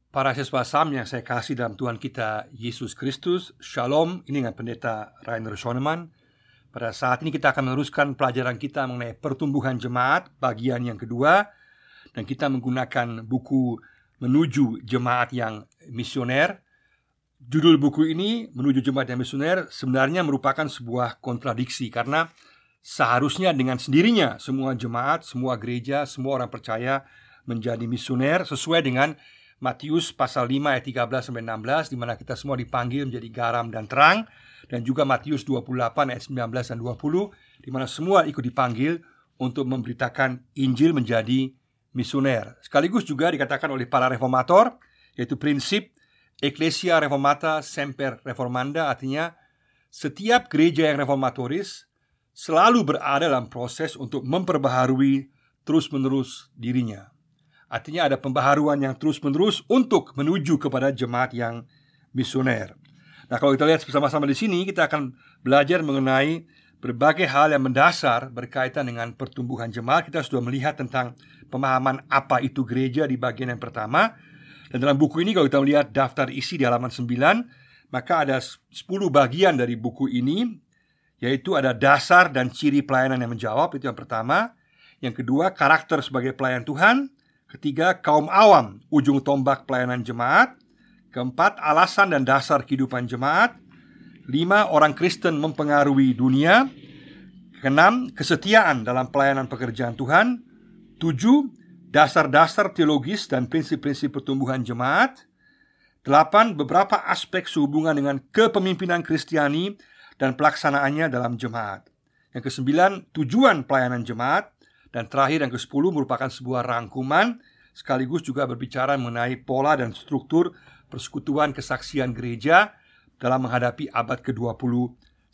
Para siswa SAM yang saya kasih dalam Tuhan kita Yesus Kristus, Shalom. Ini dengan Pendeta Rainer Schoenemann. Pada saat ini kita akan meneruskan pelajaran kita mengenai pertumbuhan jemaat, bagian yang kedua. Dan kita menggunakan buku Menuju Jemaat yang Misioner. Judul buku ini, Menuju Jemaat yang Misioner, sebenarnya merupakan sebuah kontradiksi. Karena seharusnya dengan sendirinya semua jemaat, semua gereja, semua orang percaya menjadi misioner sesuai dengan Matius pasal 5 ayat 13-16, di mana kita semua dipanggil menjadi garam dan terang. Dan juga Matius 28 ayat 19 dan 20, di mana semua ikut dipanggil untuk memberitakan Injil menjadi misioner. Sekaligus juga dikatakan oleh para reformator, yaitu prinsip Ecclesia Reformata Semper Reformanda. Artinya setiap gereja yang reformatoris selalu berada dalam proses untuk memperbaharui terus-menerus dirinya. Artinya ada pembaharuan yang terus-menerus untuk menuju kepada jemaat yang misioner. Nah, kalau kita lihat bersama-sama di sini, kita akan belajar mengenai berbagai hal yang mendasar berkaitan dengan pertumbuhan jemaat. Kita sudah melihat tentang pemahaman apa itu gereja di bagian yang pertama. Dan dalam buku ini kalau kita melihat daftar isi di halaman 9, maka ada 10 bagian dari buku ini, yaitu ada dasar dan ciri pelayanan yang menjawab, itu yang pertama. Yang kedua, karakter sebagai pelayan Tuhan. Ketiga, kaum awam, ujung tombak pelayanan jemaat. Keempat, alasan dan dasar kehidupan jemaat. 5, orang Kristen mempengaruhi dunia. 6, kesetiaan dalam pelayanan pekerjaan Tuhan. 7, dasar-dasar teologis dan prinsip-prinsip pertumbuhan jemaat. 8, beberapa aspek sehubungan dengan kepemimpinan Kristiani dan pelaksanaannya dalam jemaat. Yang ke-9, tujuan pelayanan jemaat. Dan terakhir yang ke-10 merupakan sebuah rangkuman, sekaligus juga berbicara mengenai pola dan struktur persekutuan kesaksian gereja dalam menghadapi abad ke-21.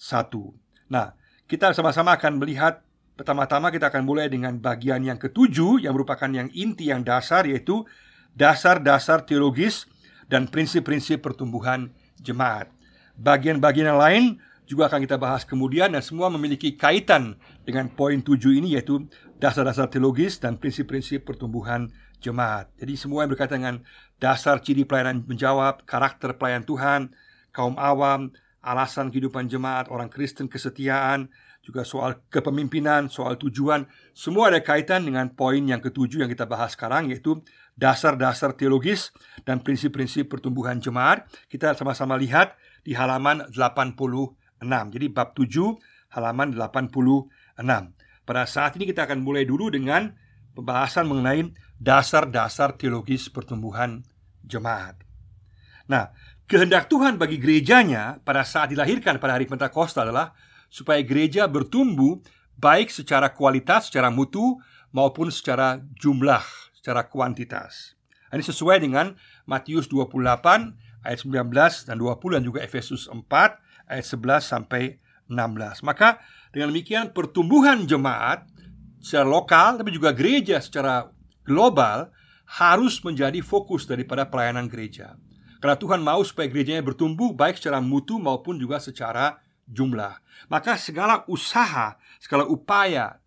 Nah, kita sama-sama akan melihat, pertama-tama kita akan mulai dengan bagian yang ke-7, yang merupakan yang inti, yang dasar, yaitu dasar-dasar teologis dan prinsip-prinsip pertumbuhan jemaat. Bagian-bagian yang lain juga akan kita bahas kemudian, dan semua memiliki kaitan dengan poin 7 ini, yaitu dasar-dasar teologis dan prinsip-prinsip pertumbuhan jemaat. Jadi semua yang berkaitan dengan dasar ciri pelayanan menjawab, karakter pelayan Tuhan, kaum awam, alasan kehidupan jemaat, orang Kristen, kesetiaan, juga soal kepemimpinan, soal tujuan, semua ada kaitan dengan poin yang ke-7 yang kita bahas sekarang, yaitu dasar-dasar teologis dan prinsip-prinsip pertumbuhan jemaat. Kita sama-sama lihat di halaman 86. Jadi bab 7 halaman 86. Pada saat ini kita akan mulai dulu dengan pembahasan mengenai dasar-dasar teologis pertumbuhan jemaat. Nah, kehendak Tuhan bagi gerejanya pada saat dilahirkan pada hari Pentakosta adalah supaya gereja bertumbuh baik secara kualitas, secara mutu, maupun secara jumlah, secara kuantitas. Ini sesuai dengan Matius 28 ayat 19 dan 20, dan juga Efesus 4 ayat 11 sampai 16. Maka dengan demikian pertumbuhan jemaat secara lokal, tapi juga gereja secara global harus menjadi fokus daripada pelayanan gereja. Karena Tuhan mau supaya gerejanya bertumbuh baik secara mutu maupun juga secara jumlah. Maka segala usaha, segala upaya,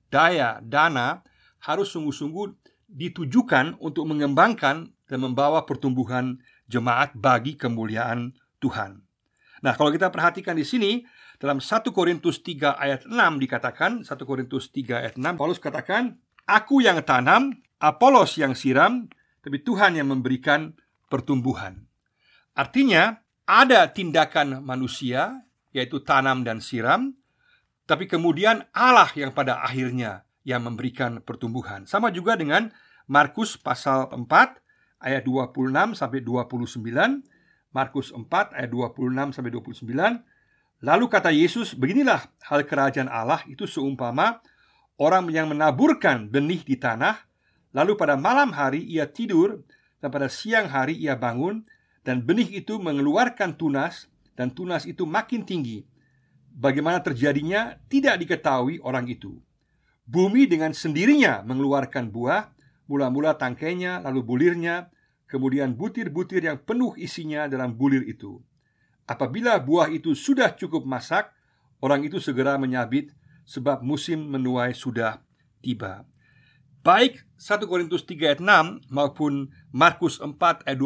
dana harus sungguh-sungguh ditujukan untuk mengembangkan dan membawa pertumbuhan jemaat bagi kemuliaan Tuhan. Nah, kalau kita perhatikan di sini dalam 1 Korintus 3 ayat 6 dikatakan, 1 Korintus 3 ayat 6, Paulus katakan, "Aku yang tanam, Apolos yang siram, tapi Tuhan yang memberikan pertumbuhan." Artinya, ada tindakan manusia, yaitu tanam dan siram, tapi kemudian Allah yang pada akhirnya yang memberikan pertumbuhan. Sama juga dengan Markus pasal 4 ayat 26 sampai 29. Markus 4 ayat 26 sampai 29. Lalu kata Yesus, "Beginilah hal kerajaan Allah itu seumpama orang yang menaburkan benih di tanah, lalu pada malam hari ia tidur, dan pada siang hari ia bangun, dan benih itu mengeluarkan tunas, dan tunas itu makin tinggi. Bagaimana terjadinya tidak diketahui orang itu. Bumi dengan sendirinya mengeluarkan buah, mula-mula tangkainya, lalu bulirnya, kemudian butir-butir yang penuh isinya dalam bulir itu. Apabila buah itu sudah cukup masak, orang itu segera menyabit, sebab musim menuai sudah tiba." Baik 1 Korintus 3 ayat 6 maupun Markus 4 ayat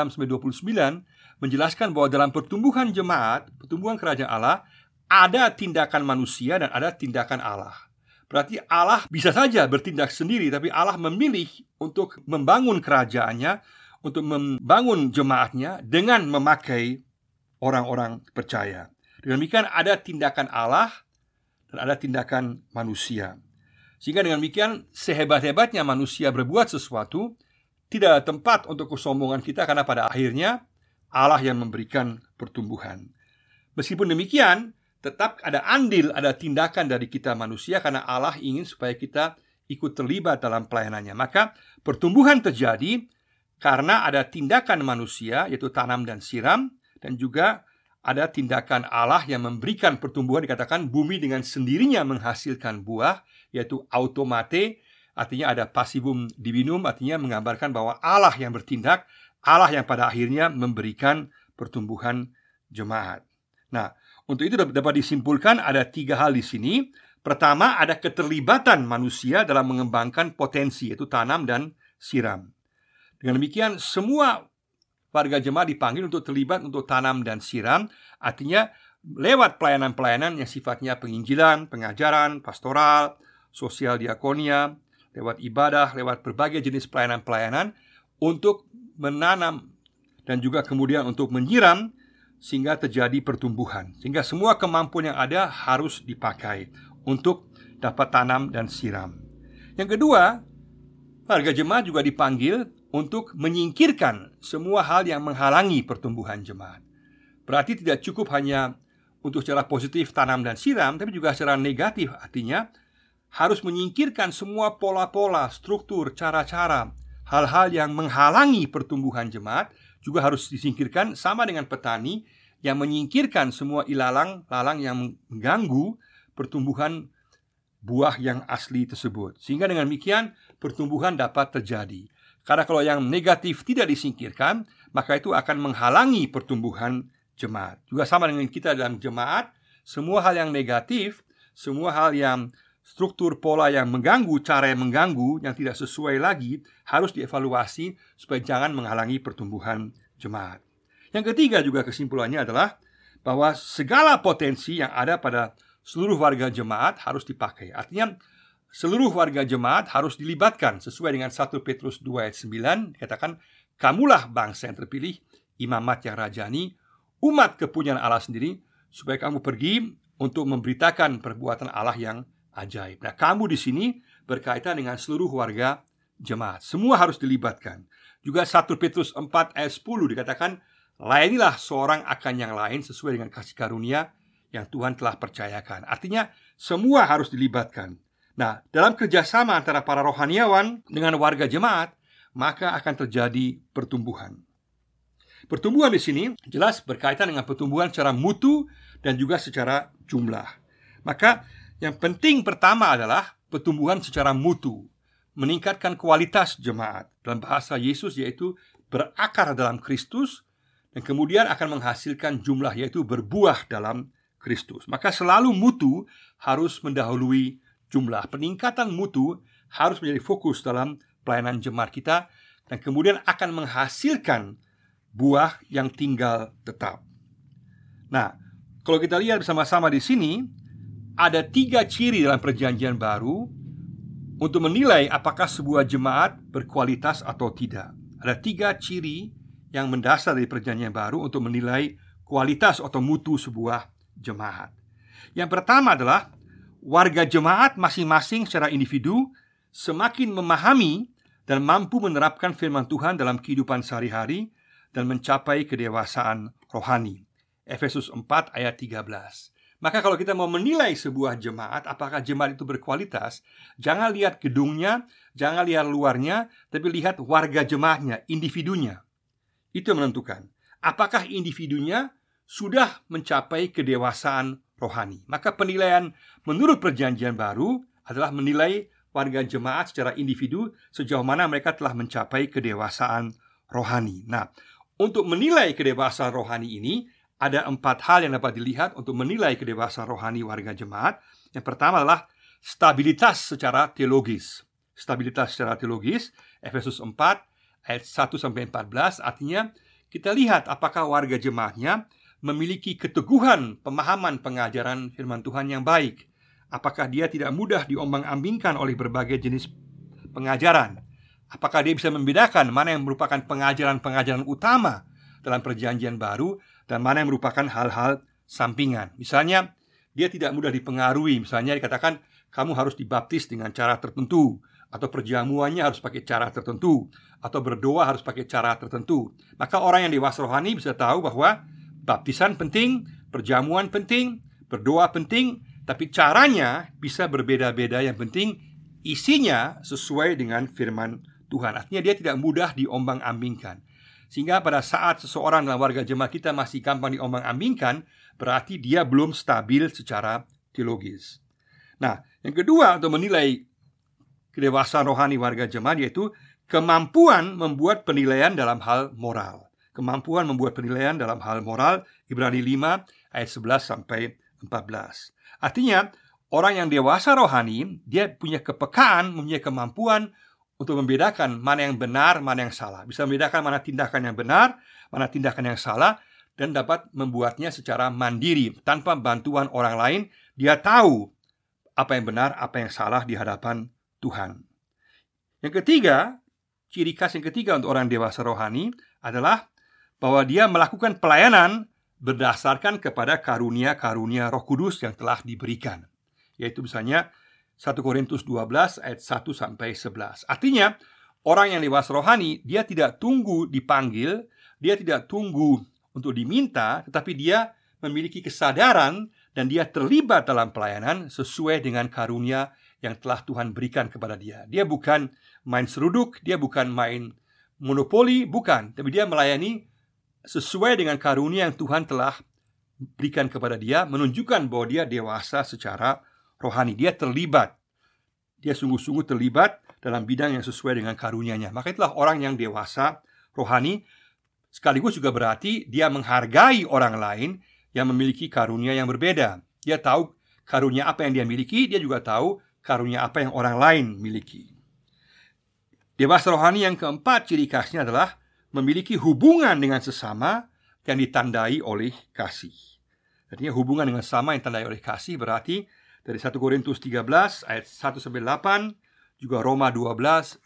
26-29 menjelaskan bahwa dalam pertumbuhan jemaat, pertumbuhan kerajaan Allah, ada tindakan manusia dan ada tindakan Allah. Berarti Allah bisa saja bertindak sendiri, tapi Allah memilih untuk membangun kerajaannya, untuk membangun jemaatnya dengan memakai orang-orang percaya. Dengan demikian ada tindakan Allah dan ada tindakan manusia. Sehingga dengan demikian sehebat-hebatnya manusia berbuat sesuatu, tidak ada tempat untuk kesombongan kita, karena pada akhirnya Allah yang memberikan pertumbuhan. Meskipun demikian, tetap ada andil, ada tindakan dari kita manusia, karena Allah ingin supaya kita ikut terlibat dalam pelayanannya. Maka pertumbuhan terjadi karena ada tindakan manusia, yaitu tanam dan siram, dan juga ada tindakan Allah yang memberikan pertumbuhan. Dikatakan bumi dengan sendirinya menghasilkan buah, yaitu automate, artinya ada passivum divinum, artinya menggambarkan bahwa Allah yang bertindak, Allah yang pada akhirnya memberikan pertumbuhan jemaat. Nah, untuk itu dapat disimpulkan ada 3 hal di sini. Pertama, ada keterlibatan manusia dalam mengembangkan potensi, yaitu tanam dan siram. Dengan demikian, semua warga jemaat dipanggil untuk terlibat untuk tanam dan siram. Artinya, lewat pelayanan-pelayanan yang sifatnya penginjilan, pengajaran, pastoral, sosial diakonia, lewat ibadah, lewat berbagai jenis pelayanan-pelayanan, untuk menanam dan juga kemudian untuk menyiram, sehingga terjadi pertumbuhan. Sehingga semua kemampuan yang ada harus dipakai untuk dapat tanam dan siram. Yang kedua, warga jemaat juga dipanggil untuk menyingkirkan semua hal yang menghalangi pertumbuhan jemaat. Berarti tidak cukup hanya untuk secara positif tanam dan siram, tapi juga secara negatif, artinya harus menyingkirkan semua pola-pola, struktur, cara-cara, hal-hal yang menghalangi pertumbuhan jemaat juga harus disingkirkan, sama dengan petani yang menyingkirkan semua ilalang-lalang yang mengganggu pertumbuhan buah yang asli tersebut. Sehingga dengan demikian pertumbuhan dapat terjadi. Karena kalau yang negatif tidak disingkirkan, maka itu akan menghalangi pertumbuhan jemaat. Juga sama dengan kita dalam jemaat, semua hal yang negatif, semua hal yang struktur pola yang mengganggu, cara yang mengganggu, yang tidak sesuai lagi, harus dievaluasi supaya jangan menghalangi pertumbuhan jemaat. Yang ketiga juga kesimpulannya adalah bahwa segala potensi yang ada pada seluruh warga jemaat harus dipakai. Artinya seluruh warga jemaat harus dilibatkan sesuai dengan 1 Petrus 2 ayat 9. Dikatakan, kamulah bangsa yang terpilih, imamat yang rajani, umat kepunyaan Allah sendiri, supaya kamu pergi untuk memberitakan perbuatan Allah yang ajaib. Nah, kamu di sini berkaitan dengan seluruh warga jemaat. Semua harus dilibatkan. Juga 1 Petrus 4 ayat 10 dikatakan, layanilah seorang akan yang lain sesuai dengan kasih karunia yang Tuhan telah percayakan. Artinya semua harus dilibatkan. Nah, dalam kerjasama antara para rohaniawan dengan warga jemaat, maka akan terjadi pertumbuhan. Pertumbuhan di sini jelas berkaitan dengan pertumbuhan secara mutu dan juga secara jumlah. Maka yang penting pertama adalah pertumbuhan secara mutu, meningkatkan kualitas jemaat. Dalam bahasa Yesus yaitu berakar dalam Kristus, dan kemudian akan menghasilkan jumlah, yaitu berbuah dalam Kristus. Maka selalu mutu harus mendahului jumlah. Peningkatan mutu harus menjadi fokus dalam pelayanan jemaat kita, dan kemudian akan menghasilkan buah yang tinggal tetap. Nah, kalau kita lihat bersama-sama di sini, ada 3 ciri dalam perjanjian baru untuk menilai apakah sebuah jemaat berkualitas atau tidak. Ada 3 ciri yang mendasar dari perjanjian baru untuk menilai kualitas atau mutu sebuah jemaat. Yang pertama adalah warga jemaat masing-masing secara individu semakin memahami dan mampu menerapkan firman Tuhan dalam kehidupan sehari-hari dan mencapai kedewasaan rohani. Efesus 4 ayat 13. Maka kalau kita mau menilai sebuah jemaat, apakah jemaat itu berkualitas, jangan lihat gedungnya, jangan lihat luarnya, tapi lihat warga jemaatnya, individunya. Itu yang menentukan apakah individunya sudah mencapai kedewasaan rohani. Maka penilaian menurut perjanjian baru adalah menilai warga jemaat secara individu sejauh mana mereka telah mencapai kedewasaan rohani. Nah, untuk menilai kedewasaan rohani ini ada 4 hal yang dapat dilihat untuk menilai kedewasaan rohani warga jemaat. Yang pertama adalah stabilitas secara teologis. stabilitas secara teologis. Efesus 4 ayat 1-14, artinya kita lihat apakah warga jemaatnya memiliki keteguhan pemahaman pengajaran firman Tuhan yang baik. Apakah dia tidak mudah diombang-ambingkan oleh berbagai jenis pengajaran? Apakah dia bisa membedakan mana yang merupakan pengajaran-pengajaran utama dalam perjanjian baru dan mana yang merupakan hal-hal sampingan? Misalnya, dia tidak mudah dipengaruhi. Misalnya dikatakan kamu harus dibaptis dengan cara tertentu, atau perjamuannya harus pakai cara tertentu, atau berdoa harus pakai cara tertentu. Maka orang yang dewasa rohani bisa tahu bahwa baptisan penting, perjamuan penting, berdoa penting, tapi caranya bisa berbeda-beda. Yang penting isinya sesuai dengan firman Tuhan. Artinya dia tidak mudah diombang-ambingkan. Sehingga pada saat seseorang dalam warga jemaat kita masih gampang diombang-ambingkan, berarti dia belum stabil secara teologis. Nah, yang kedua untuk menilai kedewasaan rohani warga jemaat yaitu kemampuan membuat penilaian dalam hal moral. Kemampuan membuat penilaian dalam hal moral, Ibrani 5 ayat 11-14. Artinya, orang yang dewasa rohani, dia punya kepekaan, punya kemampuan untuk membedakan mana yang benar, mana yang salah. Bisa membedakan mana tindakan yang benar, mana tindakan yang salah, dan dapat membuatnya secara mandiri, tanpa bantuan orang lain. Dia tahu apa yang benar, apa yang salah di hadapan Tuhan. Yang ketiga, ciri khas yang ketiga untuk orang dewasa rohani adalah bahwa dia melakukan pelayanan berdasarkan kepada karunia-karunia Roh Kudus yang telah diberikan. Yaitu misalnya 1 Korintus 12 ayat 1-11. Artinya, orang yang dewasa rohani, dia tidak tunggu dipanggil, dia tidak tunggu untuk diminta, tetapi dia memiliki kesadaran dan dia terlibat dalam pelayanan sesuai dengan karunia yang telah Tuhan berikan kepada dia. Dia bukan main seruduk, dia bukan main monopoli, bukan. Tapi dia melayani sesuai dengan karunia yang Tuhan telah berikan kepada dia, menunjukkan bahwa dia dewasa secara rohani. Dia terlibat. Dia sungguh-sungguh terlibat dalam bidang yang sesuai dengan karunia-Nya. Maka itulah orang yang dewasa rohani. Sekaligus juga berarti dia menghargai orang lain yang memiliki karunia yang berbeda. Dia tahu karunia apa yang dia miliki, dia juga tahu karunia apa yang orang lain miliki. Dewasa rohani yang keempat, ciri khasnya adalah memiliki hubungan dengan sesama yang ditandai oleh kasih. Artinya hubungan dengan sesama yang ditandai oleh kasih berarti dari 1 Korintus 13 ayat 1-8, juga Roma 12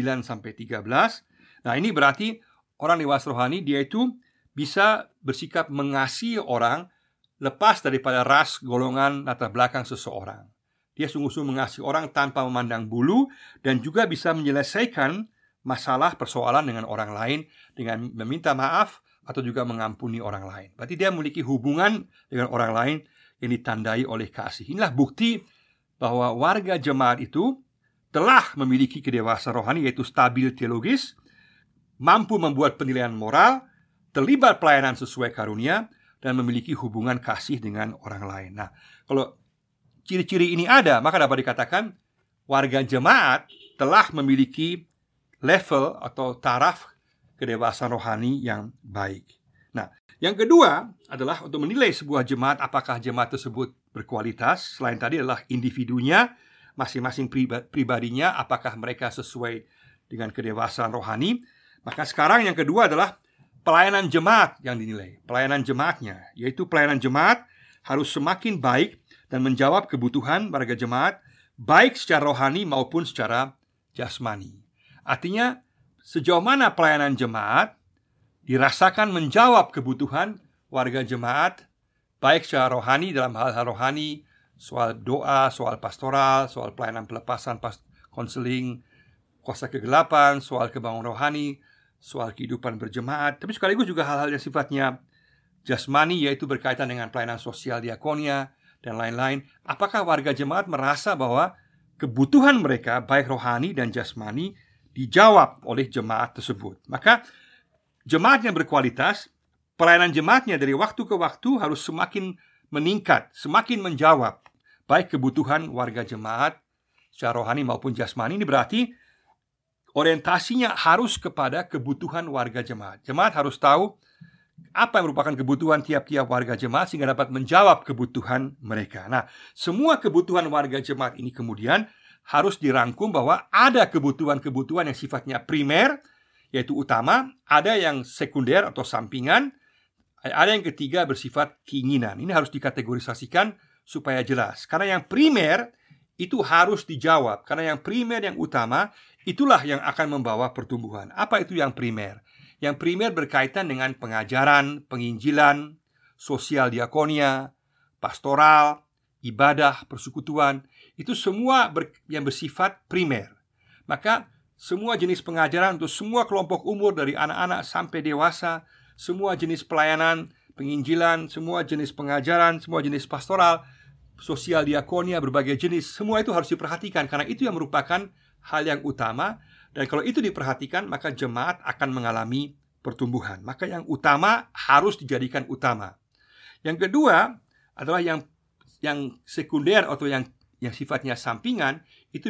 9-13. Nah, ini berarti orang dewasa rohani dia itu bisa bersikap mengasihi orang lepas daripada ras, golongan, latar belakang seseorang. Dia sungguh-sungguh mengasihi orang tanpa memandang bulu, dan juga bisa menyelesaikan masalah persoalan dengan orang lain dengan meminta maaf atau juga mengampuni orang lain. Berarti dia memiliki hubungan dengan orang lain yang ditandai oleh kasih. Inilah bukti bahwa warga jemaat itu telah memiliki kedewasaan rohani, yaitu stabil teologis, mampu membuat penilaian moral, terlibat pelayanan sesuai karunia, dan memiliki hubungan kasih dengan orang lain. Nah, kalau ciri-ciri ini ada, maka dapat dikatakan warga jemaat telah memiliki level atau taraf kedewasaan rohani yang baik. Nah, yang kedua adalah untuk menilai sebuah jemaat, apakah jemaat tersebut berkualitas. Selain tadi adalah individunya, masing-masing pribadinya, apakah mereka sesuai dengan kedewasaan rohani. Maka sekarang yang kedua adalah pelayanan jemaat yang dinilai. Pelayanan jemaatnya, yaitu pelayanan jemaat harus semakin baik dan menjawab kebutuhan warga jemaat, baik secara rohani maupun secara jasmani. Artinya, sejauh mana pelayanan jemaat dirasakan menjawab kebutuhan warga jemaat, baik secara rohani dalam hal-hal rohani, soal doa, soal pastoral, soal pelayanan pelepasan, konseling, kuasa kegelapan, soal kebangunan rohani, soal kehidupan berjemaat, tapi sekaligus juga hal-hal yang sifatnya jasmani, yaitu berkaitan dengan pelayanan sosial diakonia dan lain-lain. Apakah warga jemaat merasa bahwa kebutuhan mereka baik rohani dan jasmani dijawab oleh jemaat tersebut? Maka jemaat yang berkualitas, pelayanan jemaatnya dari waktu ke waktu harus semakin meningkat, semakin menjawab baik kebutuhan warga jemaat secara rohani maupun jasmani. Ini berarti orientasinya harus kepada kebutuhan warga jemaat. Jemaat harus tahu apa yang merupakan kebutuhan tiap-tiap warga jemaat sehingga dapat menjawab kebutuhan mereka. Nah, semua kebutuhan warga jemaat ini kemudian harus dirangkum bahwa ada kebutuhan-kebutuhan yang sifatnya primer, yaitu utama, ada yang sekunder atau sampingan, ada yang ketiga bersifat keinginan. Ini harus dikategorisasikan supaya jelas. Karena yang primer itu harus dijawab. Karena yang primer, yang utama, itulah yang akan membawa pertumbuhan. Apa itu yang primer? Yang primer berkaitan dengan pengajaran, penginjilan, sosial diakonia, pastoral, ibadah, persekutuan. Itu semua yang bersifat primer. Maka semua jenis pengajaran untuk semua kelompok umur dari anak-anak sampai dewasa, semua jenis pelayanan, penginjilan, semua jenis pengajaran, semua jenis pastoral, sosial diakonia, berbagai jenis, semua itu harus diperhatikan karena itu yang merupakan hal yang utama. Dan kalau itu diperhatikan, maka jemaat akan mengalami pertumbuhan. Maka yang utama harus dijadikan utama. Yang kedua adalah yang sekunder atau yang sifatnya sampingan. Itu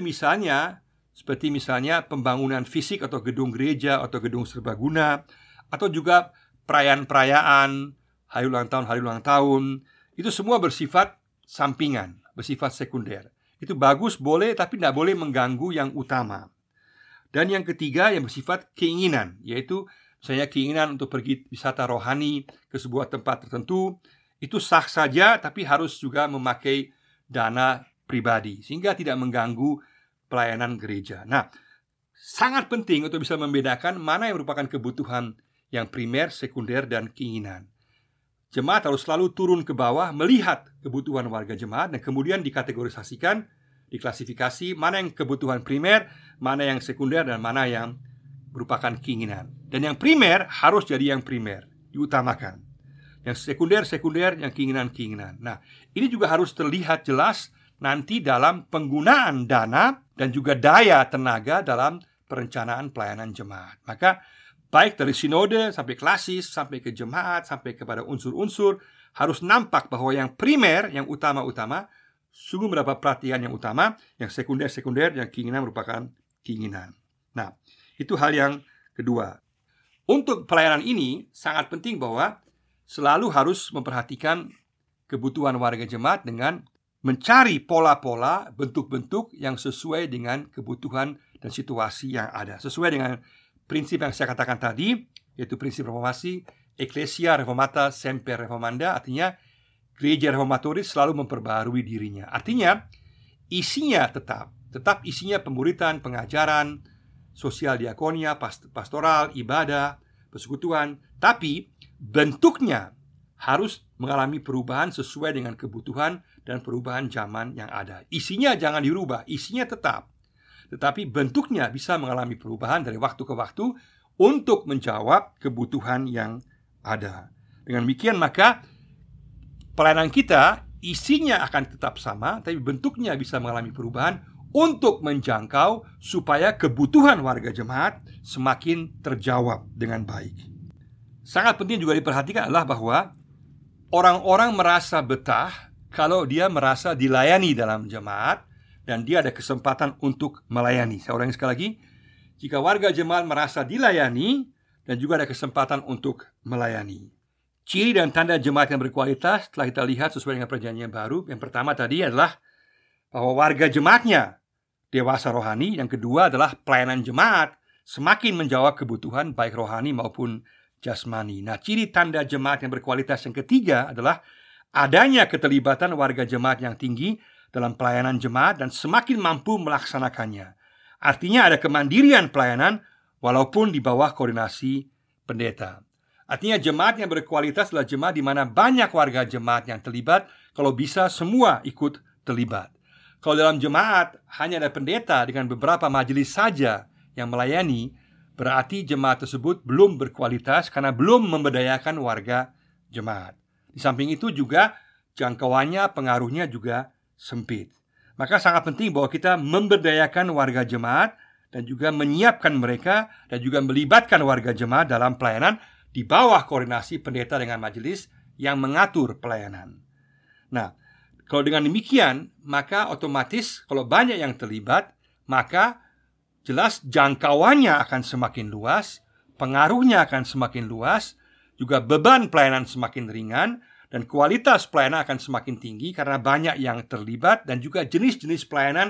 seperti misalnya pembangunan fisik atau gedung gereja atau gedung serbaguna, atau juga perayaan-perayaan, hari ulang tahun. Itu semua bersifat sampingan, bersifat sekunder. Itu bagus, boleh, tapi tidak boleh mengganggu yang utama. Dan yang ketiga yang bersifat keinginan, yaitu misalnya keinginan untuk pergi wisata rohani ke sebuah tempat tertentu. Itu sah saja, tapi harus juga memakai dana pribadi sehingga tidak mengganggu pelayanan gereja. Nah, sangat penting untuk bisa membedakan mana yang merupakan kebutuhan yang primer, sekunder, dan keinginan. Jemaat harus selalu turun ke bawah melihat kebutuhan warga jemaat dan kemudian dikategorisasikan, diklasifikasi mana yang kebutuhan primer, mana yang sekunder, dan mana yang merupakan keinginan. Dan yang primer harus jadi yang primer, diutamakan. Yang sekunder, yang keinginan. Nah, ini juga harus terlihat jelas nanti dalam penggunaan dana dan juga daya tenaga dalam perencanaan pelayanan jemaat. Maka baik dari sinode sampai klasis, sampai ke jemaat, sampai kepada unsur-unsur, harus nampak bahwa yang primer, yang utama-utama, sungguh mendapat perhatian yang utama. Yang sekunder, yang keinginan merupakan keinginan. Nah, itu hal yang kedua. Untuk pelayanan ini sangat penting bahwa selalu harus memperhatikan kebutuhan warga jemaat dengan mencari pola-pola, bentuk-bentuk yang sesuai dengan kebutuhan dan situasi yang ada. Sesuai dengan prinsip yang saya katakan tadi, yaitu prinsip reformasi, Ecclesia Reformata Semper Reformanda, artinya gereja reformatoris selalu memperbaharui dirinya. Artinya isinya tetap isinya pemuritan, pengajaran, sosial diakonia, pastoral, ibadah, persekutuan, tapi bentuknya harus mengalami perubahan sesuai dengan kebutuhan dan perubahan zaman yang ada. Isinya jangan dirubah, isinya tetap, tetapi bentuknya bisa mengalami perubahan dari waktu ke waktu untuk menjawab kebutuhan yang ada. Dengan demikian maka pelayanan kita isinya akan tetap sama, tapi bentuknya bisa mengalami perubahan untuk menjangkau supaya kebutuhan warga jemaat semakin terjawab dengan baik. Sangat penting juga diperhatikan adalah bahwa orang-orang merasa betah kalau dia merasa dilayani dalam jemaat dan dia ada kesempatan untuk melayani. Saya ulangi sekali lagi, jika warga jemaat merasa dilayani dan juga ada kesempatan untuk melayani. Ciri dan tanda jemaat yang berkualitas telah kita lihat sesuai dengan perjanjian baru. Yang pertama tadi adalah bahwa warga jemaatnya dewasa rohani. Yang kedua adalah pelayanan jemaat semakin menjawab kebutuhan baik rohani maupun jasmani. Nah, ciri tanda jemaat yang berkualitas yang ketiga adalah adanya keterlibatan warga jemaat yang tinggi dalam pelayanan jemaat dan semakin mampu melaksanakannya. Artinya ada kemandirian pelayanan walaupun di bawah koordinasi pendeta. Artinya jemaat yang berkualitas adalah jemaat di mana banyak warga jemaat yang terlibat, kalau bisa semua ikut terlibat. Kalau dalam jemaat hanya ada pendeta dengan beberapa majelis saja yang melayani, berarti jemaat tersebut belum berkualitas karena belum memberdayakan warga jemaat. Di samping itu juga jangkauannya, pengaruhnya juga sempit. Maka sangat penting bahwa kita memberdayakan warga jemaat dan juga menyiapkan mereka dan juga melibatkan warga jemaat dalam pelayanan di bawah koordinasi pendeta dengan majelis yang mengatur pelayanan. Nah, kalau dengan demikian, maka otomatis kalau banyak yang terlibat, maka jelas jangkauannya akan semakin luas, pengaruhnya akan semakin luas, juga beban pelayanan semakin ringan, dan kualitas pelayanan akan semakin tinggi karena banyak yang terlibat dan juga jenis-jenis pelayanan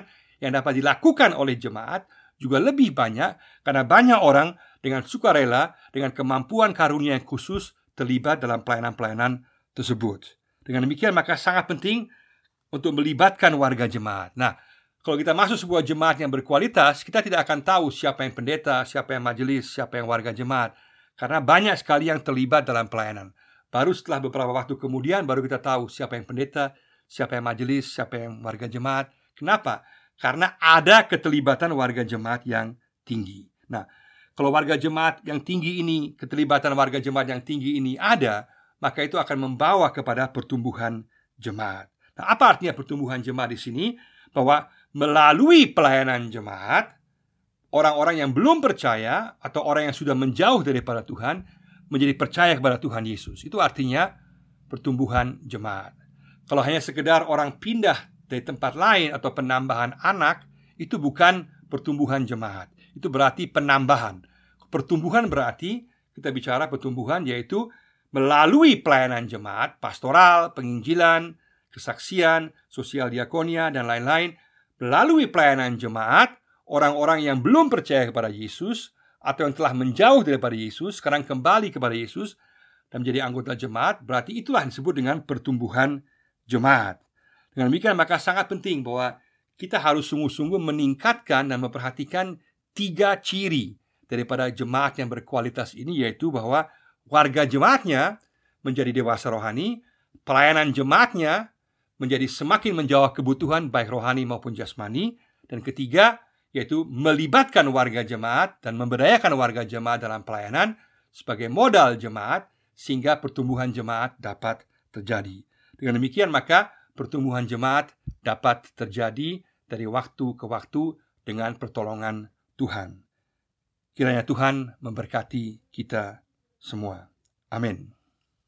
yang dapat dilakukan oleh jemaat juga lebih banyak, karena banyak orang dengan sukarela, dengan kemampuan karunia yang khusus terlibat dalam pelayanan-pelayanan tersebut. Dengan demikian maka sangat penting untuk melibatkan warga jemaat. Nah, kalau kita masuk sebuah jemaat yang berkualitas, kita tidak akan tahu siapa yang pendeta, siapa yang majelis, siapa yang warga jemaat, karena banyak sekali yang terlibat dalam pelayanan. Baru setelah beberapa waktu kemudian baru kita tahu siapa yang pendeta, siapa yang majelis, siapa yang warga jemaat. Kenapa? Karena ada keterlibatan warga jemaat yang tinggi. Nah, kalau warga jemaat yang tinggi ini, keterlibatan warga jemaat yang tinggi ini ada, maka itu akan membawa kepada pertumbuhan jemaat. Nah, apa artinya pertumbuhan jemaat di sini? Bahwa melalui pelayanan jemaat, orang-orang yang belum percaya atau orang yang sudah menjauh daripada Tuhan menjadi percaya kepada Tuhan Yesus. Itu artinya pertumbuhan jemaat. Kalau hanya sekedar orang pindah dari tempat lain atau penambahan anak, itu bukan pertumbuhan jemaat. Itu berarti penambahan. Pertumbuhan berarti, kita bicara pertumbuhan, yaitu melalui pelayanan jemaat, pastoral, penginjilan, kesaksian, sosial diakonia, dan lain-lain. Melalui pelayanan jemaat, orang-orang yang belum percaya kepada Yesus atau yang telah menjauh daripada Yesus sekarang kembali kepada Yesus dan menjadi anggota jemaat. Berarti itulah yang disebut dengan pertumbuhan jemaat. Dengan demikian maka sangat penting bahwa kita harus sungguh-sungguh meningkatkan dan memperhatikan 3 ciri daripada jemaat yang berkualitas ini, yaitu bahwa warga jemaatnya menjadi dewasa rohani, pelayanan jemaatnya menjadi semakin menjawab kebutuhan baik rohani maupun jasmani, dan ketiga yaitu melibatkan warga jemaat dan memberdayakan warga jemaat dalam pelayanan sebagai modal jemaat sehingga pertumbuhan jemaat dapat terjadi. Dengan demikian maka pertumbuhan jemaat dapat terjadi dari waktu ke waktu dengan pertolongan Tuhan. Kiranya Tuhan memberkati kita semua. Amin.